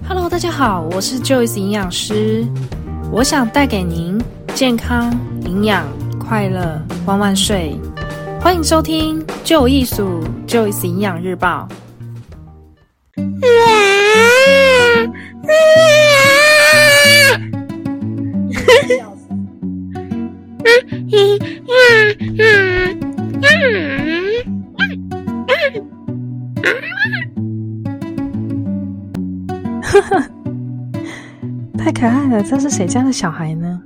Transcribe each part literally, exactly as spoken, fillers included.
Hello， 大家好，我是 Joyce 营养师，我想带给您健康、营养、快乐，万万岁！欢迎收听就艺术 Joyce 营养日报。太可爱了，这是谁家的小孩呢？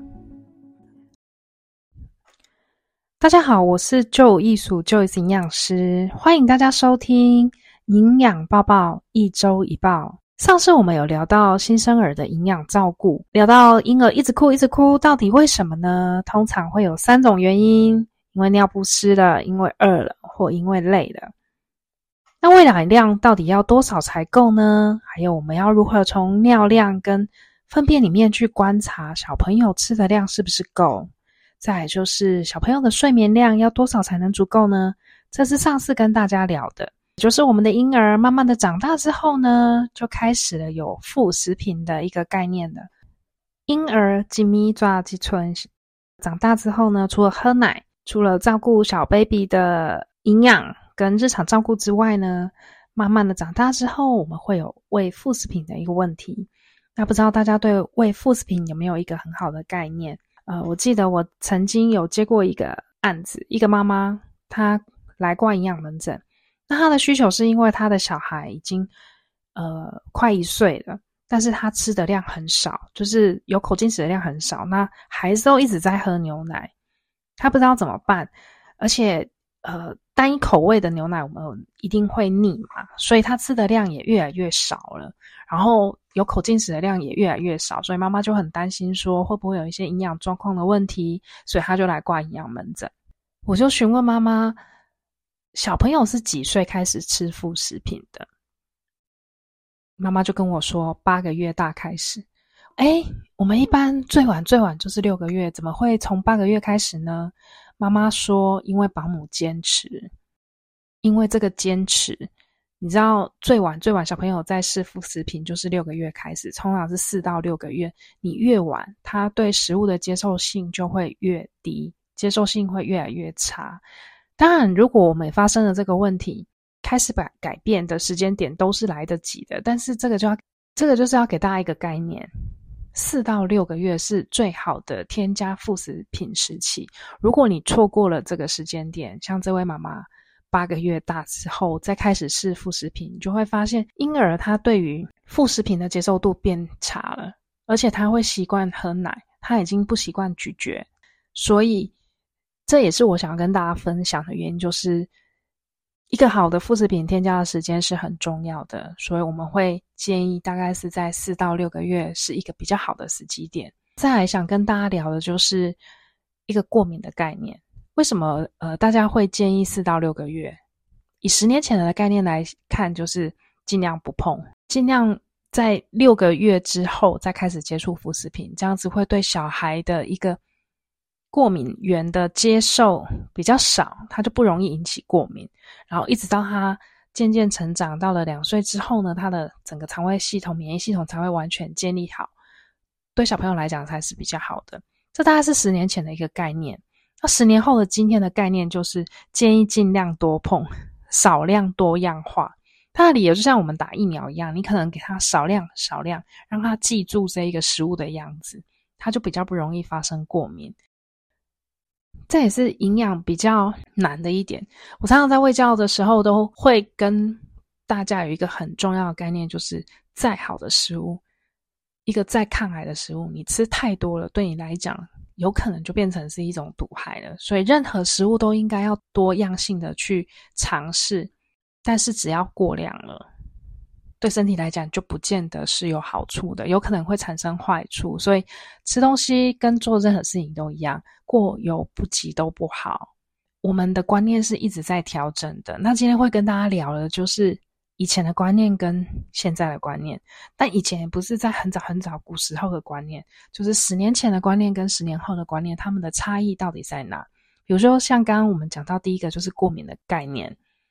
大家好，我是就艺术 Joyce 营养师，欢迎大家收听营养报报一周一报。上次我们有聊到新生儿的营养照顾，聊到婴儿一直哭一直哭，到底为什么呢？通常会有三种原因，因为尿不湿了，因为饿了，或因为累了。那喂奶量到底要多少才够呢？还有我们要如何从尿量跟粪便里面去观察小朋友吃的量是不是够？再来就是小朋友的睡眠量要多少才能足够呢？这是上次跟大家聊的，就是我们的婴儿慢慢的长大之后呢，就开始了有副食品的一个概念的。婴儿几米抓几寸，长大之后呢，除了喝奶，除了照顾小 baby 的营养跟日常照顾之外呢，慢慢的长大之后，我们会有喂副食品的一个问题。那不知道大家对喂副食品有没有一个很好的概念？呃，我记得我曾经有接过一个案子，一个妈妈她来挂营养门诊，那她的需求是因为她的小孩已经呃快一岁了，但是她吃的量很少，就是有口进食的量很少，那孩子都一直在喝牛奶，她不知道怎么办，而且呃单一口味的牛奶我们一定会腻嘛，所以她吃的量也越来越少了，然后有口进食的量也越来越少，所以妈妈就很担心说会不会有一些营养状况的问题，所以她就来挂营养门诊。我就询问妈妈，小朋友是几岁开始吃副食品的？妈妈就跟我说八个月大开始。诶，我们一般最晚最晚就是六个月，怎么会从八个月开始呢？妈妈说因为保姆坚持，因为这个坚持，你知道最晚最晚小朋友在吃副食品就是六个月开始，通常是四到六个月，你越晚他对食物的接受性就会越低，接受性会越来越差。当然如果我们发生了这个问题，开始改改变的时间点都是来得及的，但是这个就要这个就是要给大家一个概念，四到六个月是最好的添加副食品时期，如果你错过了这个时间点，像这位妈妈八个月大之后再开始吃副食品，你就会发现婴儿他对于副食品的接受度变差了，而且他会习惯喝奶，他已经不习惯咀嚼，所以这也是我想要跟大家分享的原因，就是一个好的副食品添加的时间是很重要的，所以我们会建议大概是在四到六个月是一个比较好的时机点。再来想跟大家聊的就是一个过敏的概念，为什么呃大家会建议四到六个月？以十年前的概念来看，就是尽量不碰，尽量在六个月之后再开始接触副食品，这样子会对小孩的一个过敏源的接受比较少，他就不容易引起过敏，然后一直到他渐渐成长到了两岁之后呢，他的整个肠胃系统免疫系统才会完全建立好，对小朋友来讲才是比较好的。这大概是十年前的一个概念。那十年后的今天的概念就是建议尽量多碰，少量多样化。它的理由就像我们打疫苗一样，你可能给他少量少量，让他记住这一个食物的样子，他就比较不容易发生过敏。这也是营养比较难的一点，我常常在卫教的时候都会跟大家有一个很重要的概念，就是再好的食物，一个再抗癌的食物，你吃太多了，对你来讲有可能就变成是一种毒害了。所以任何食物都应该要多样性的去尝试，但是只要过量了，对身体来讲就不见得是有好处的，有可能会产生坏处。所以吃东西跟做任何事情都一样，过犹不及都不好。我们的观念是一直在调整的。那今天会跟大家聊的就是以前的观念跟现在的观念，但以前也不是在很早很早古时候的观念，就是十年前的观念跟十年后的观念，他们的差异到底在哪？比如说像刚刚我们讲到第一个就是过敏的概念，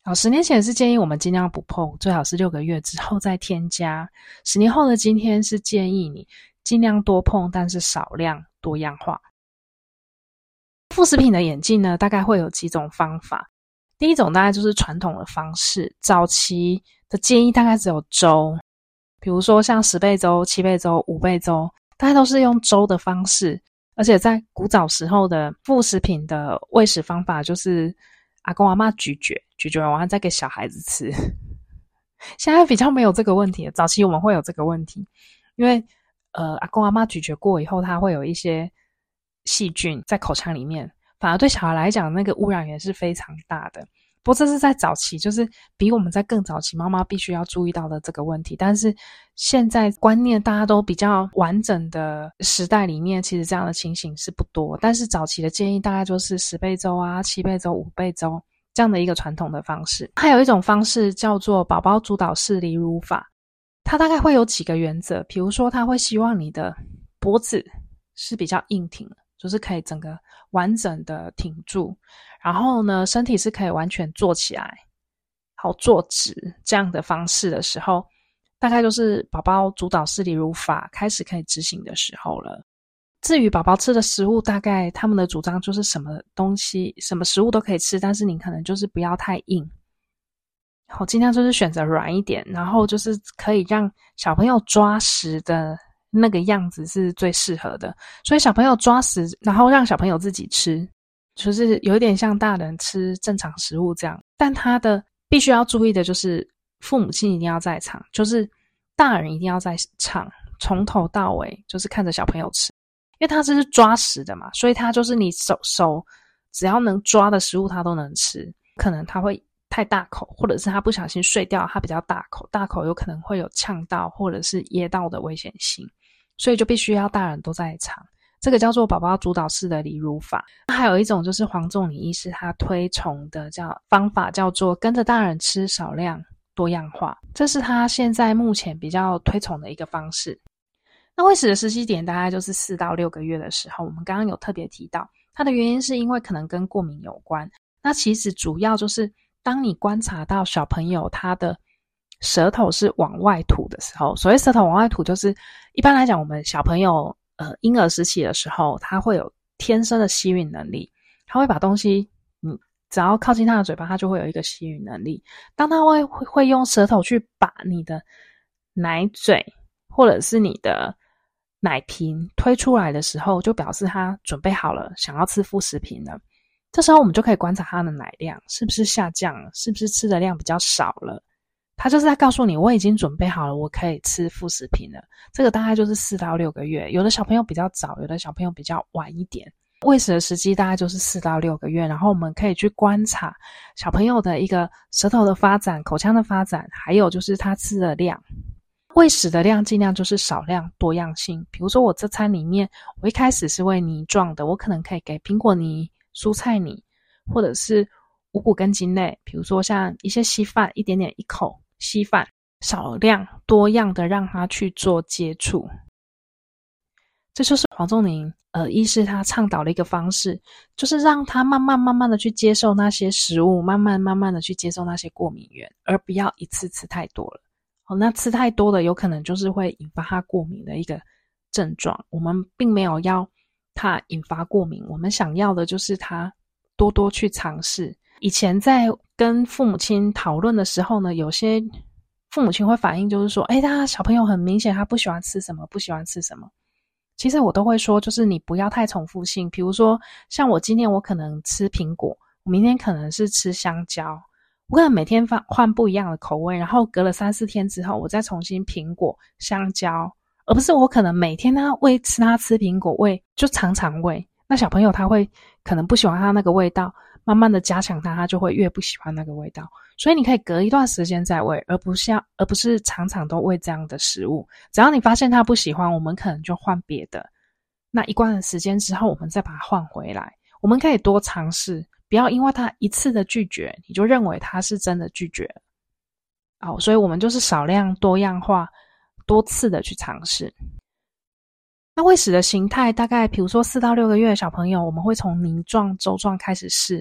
好，十年前是建议我们尽量不碰，最好是六个月之后再添加。十年后的今天是建议你尽量多碰，但是少量多样化。副食品的演进呢，大概会有几种方法。第一种大概就是传统的方式，早期的建议大概只有粥，比如说像十倍粥、七倍粥、五倍粥，大概都是用粥的方式。而且在古早时候的副食品的喂食方法，就是阿公阿嬷咀嚼，咀嚼完再给小孩子吃。现在比较没有这个问题了，早期我们会有这个问题，因为呃阿公阿嬷咀嚼过以后，它会有一些细菌在口腔里面，反而对小孩来讲那个污染也是非常大的。不过这是在早期，就是比我们在更早期妈妈必须要注意到的这个问题。但是现在观念大家都比较完整的时代里面，其实这样的情形是不多。但是早期的建议大概就是十倍粥啊、七倍粥、五倍粥这样的一个传统的方式。还有一种方式叫做宝宝主导式离乳法，它大概会有几个原则，比如说它会希望你的脖子是比较硬挺的，就是可以整个完整的挺住，然后呢身体是可以完全坐起来，好坐直这样的方式的时候，大概就是宝宝主导式离乳法开始可以执行的时候了。至于宝宝吃的食物，大概他们的主张就是什么东西什么食物都可以吃，但是你可能就是不要太硬，好，尽量就是选择软一点，然后就是可以让小朋友抓食的那个样子是最适合的。所以小朋友抓食，然后让小朋友自己吃，就是有一点像大人吃正常食物这样。但他的必须要注意的就是父母亲一定要在场，就是大人一定要在场，从头到尾就是看着小朋友吃。因为他这是抓食的嘛，所以他就是你手手只要能抓的食物他都能吃。可能他会太大口，或者是他不小心睡掉，他比较大口，大口有可能会有呛到或者是噎到的危险性，所以就必须要大人都在场。这个叫做宝宝主导式的离乳法。还有一种就是黄仲理医师他推崇的叫方法，叫做跟着大人吃，少量多样化，这是他现在目前比较推崇的一个方式。那喂食的时机点大概就是四到六个月的时候，我们刚刚有特别提到，它的原因是因为可能跟过敏有关。那其实主要就是当你观察到小朋友他的舌头是往外吐的时候，所谓舌头往外吐，就是一般来讲我们小朋友呃婴儿时期的时候，他会有天生的吸吮能力，他会把东西你只要靠近他的嘴巴，他就会有一个吸吮能力。当他会会用舌头去把你的奶嘴或者是你的奶瓶推出来的时候，就表示他准备好了，想要吃副食品了。这时候我们就可以观察他的奶量是不是下降了，是不是吃的量比较少了。他就是在告诉你，我已经准备好了，我可以吃副食品了。这个大概就是四到六个月，有的小朋友比较早，有的小朋友比较晚一点。喂食的时机大概就是四到六个月，然后我们可以去观察小朋友的一个舌头的发展、口腔的发展，还有就是他吃的量。喂食的量尽量就是少量多样性，比如说我这餐里面我一开始是喂泥状的，我可能可以给苹果泥、蔬菜泥，或者是五谷根茎类，比如说像一些稀饭，一点点一口稀饭，少量多样的让他去做接触。这就是黄仲宁呃医师他倡导的一个方式，就是让他慢慢慢慢的去接受那些食物，慢慢慢慢的去接受那些过敏源，而不要一次吃太多了。哦，那吃太多的有可能就是会引发他过敏的一个症状。我们并没有要他引发过敏，我们想要的就是他多多去尝试。以前在跟父母亲讨论的时候呢，有些父母亲会反映就是说，诶，他小朋友很明显他不喜欢吃什么，不喜欢吃什么。其实我都会说，就是你不要太重复性。比如说像我今天我可能吃苹果，我明天可能是吃香蕉，我可能每天换不一样的口味，然后隔了三四天之后我再重新苹果香蕉，而不是我可能每天他喂吃他吃苹果喂就常常喂，那小朋友他会可能不喜欢他那个味道，慢慢的加强他，他就会越不喜欢那个味道。所以你可以隔一段时间再喂，而不是要而不是常常都喂这样的食物。只要你发现他不喜欢，我们可能就换别的，那一段时间之后我们再把它换回来。我们可以多尝试，不要因为他一次的拒绝你就认为他是真的拒绝了。好，所以我们就是少量多样化，多次的去尝试。那喂食的形态大概比如说四到六个月的小朋友，我们会从泥状、粥状开始试，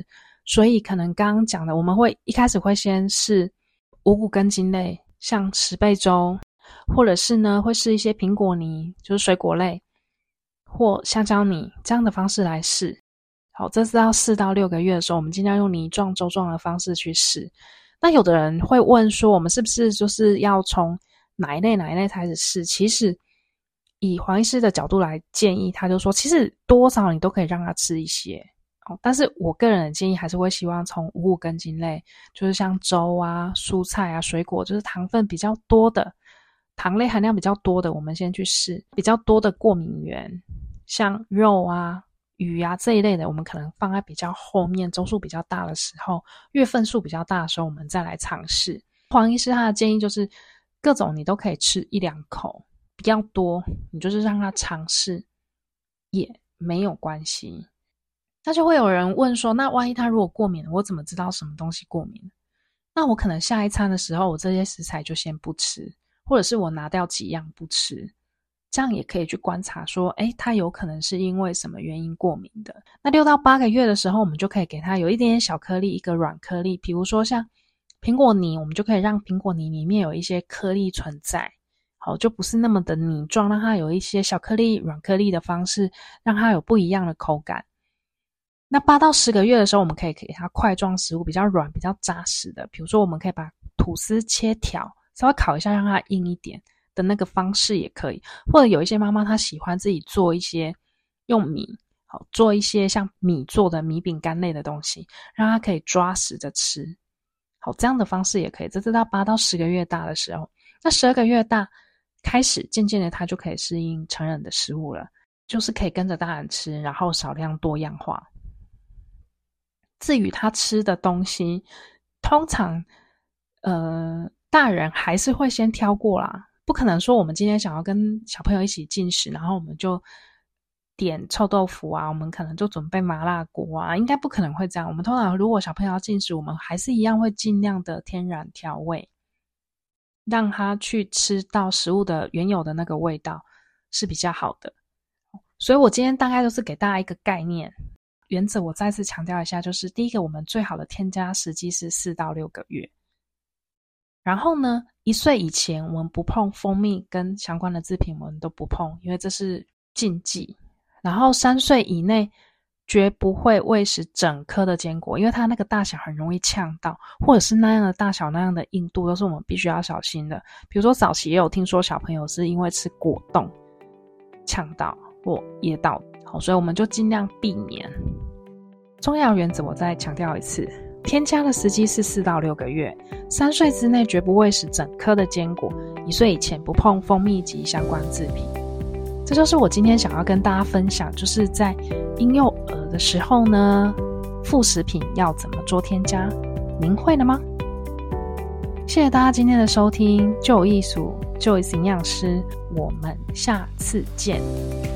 所以可能刚刚讲的，我们会一开始会先试五谷根茎类，像十倍粥，或者是呢会试一些苹果泥，就是水果类，或香蕉泥这样的方式来试。好，这是到四到六个月的时候，我们尽量用泥状粥状的方式去试。那有的人会问说，我们是不是就是要从哪一类哪一类开始试？其实以黄医师的角度来建议，他就说其实多少你都可以让他吃一些，哦，但是我个人的建议还是会希望从五谷根茎类，就是像粥啊、蔬菜啊、水果，就是糖分比较多的，糖类含量比较多的，我们先去试。比较多的过敏源，像肉啊、鱼啊这一类的，我们可能放在比较后面，周数比较大的时候，月份数比较大的时候，我们再来尝试。黄医师他的建议就是各种你都可以吃一两口，比较多你就是让他尝试也没有关系。那就会有人问说，那万一他如果过敏了，我怎么知道什么东西过敏？那我可能下一餐的时候，我这些食材就先不吃，或者是我拿掉几样不吃，这样也可以去观察说，诶，他有可能是因为什么原因过敏的。那六到八个月的时候，我们就可以给他有一点点小颗粒，一个软颗粒，比如说像苹果泥，我们就可以让苹果泥里面有一些颗粒存在，好，就不是那么的泥状，让它有一些小颗粒、软颗粒的方式，让它有不一样的口感。那八到十个月的时候，我们可以给它块状食物，比较软、比较扎实的，比如说我们可以把吐司切条，稍微烤一下，让它硬一点的那个方式也可以。或者有一些妈妈她喜欢自己做一些用米，好，做一些像米做的米饼干类的东西，让它可以抓实着吃。好，这样的方式也可以。这是到八到十个月大的时候。那十二个月大开始，渐渐的它就可以适应成人的食物了，就是可以跟着大人吃，然后少量多样化。至于他吃的东西，通常呃大人还是会先挑过啦，不可能说我们今天想要跟小朋友一起进食，然后我们就点臭豆腐啊，我们可能就准备麻辣锅啊，应该不可能会这样。我们通常如果小朋友要进食，我们还是一样会尽量的天然调味，让他去吃到食物的原有的那个味道是比较好的。所以我今天大概就是给大家一个概念原则，我再次强调一下，就是第一个，我们最好的添加时机是四到六个月。然后呢，一岁以前我们不碰蜂蜜跟相关的制品，我们都不碰，因为这是禁忌。然后三岁以内绝不会喂食整颗的坚果，因为它那个大小很容易呛到，或者是那样的大小那样的硬度都是我们必须要小心的。比如说早期也有听说小朋友是因为吃果冻呛到或噎到，好，所以我们就尽量避免。重要原则我再强调一次，添加的时机是四到六个月，三岁之内绝不喂食整颗的坚果，一岁以前不碰蜂蜜及相关制品。这就是我今天想要跟大家分享，就是在婴幼儿的时候呢，副食品要怎么做添加，您会了吗？谢谢大家今天的收听，就有艺术，就有营养师，我们下次见。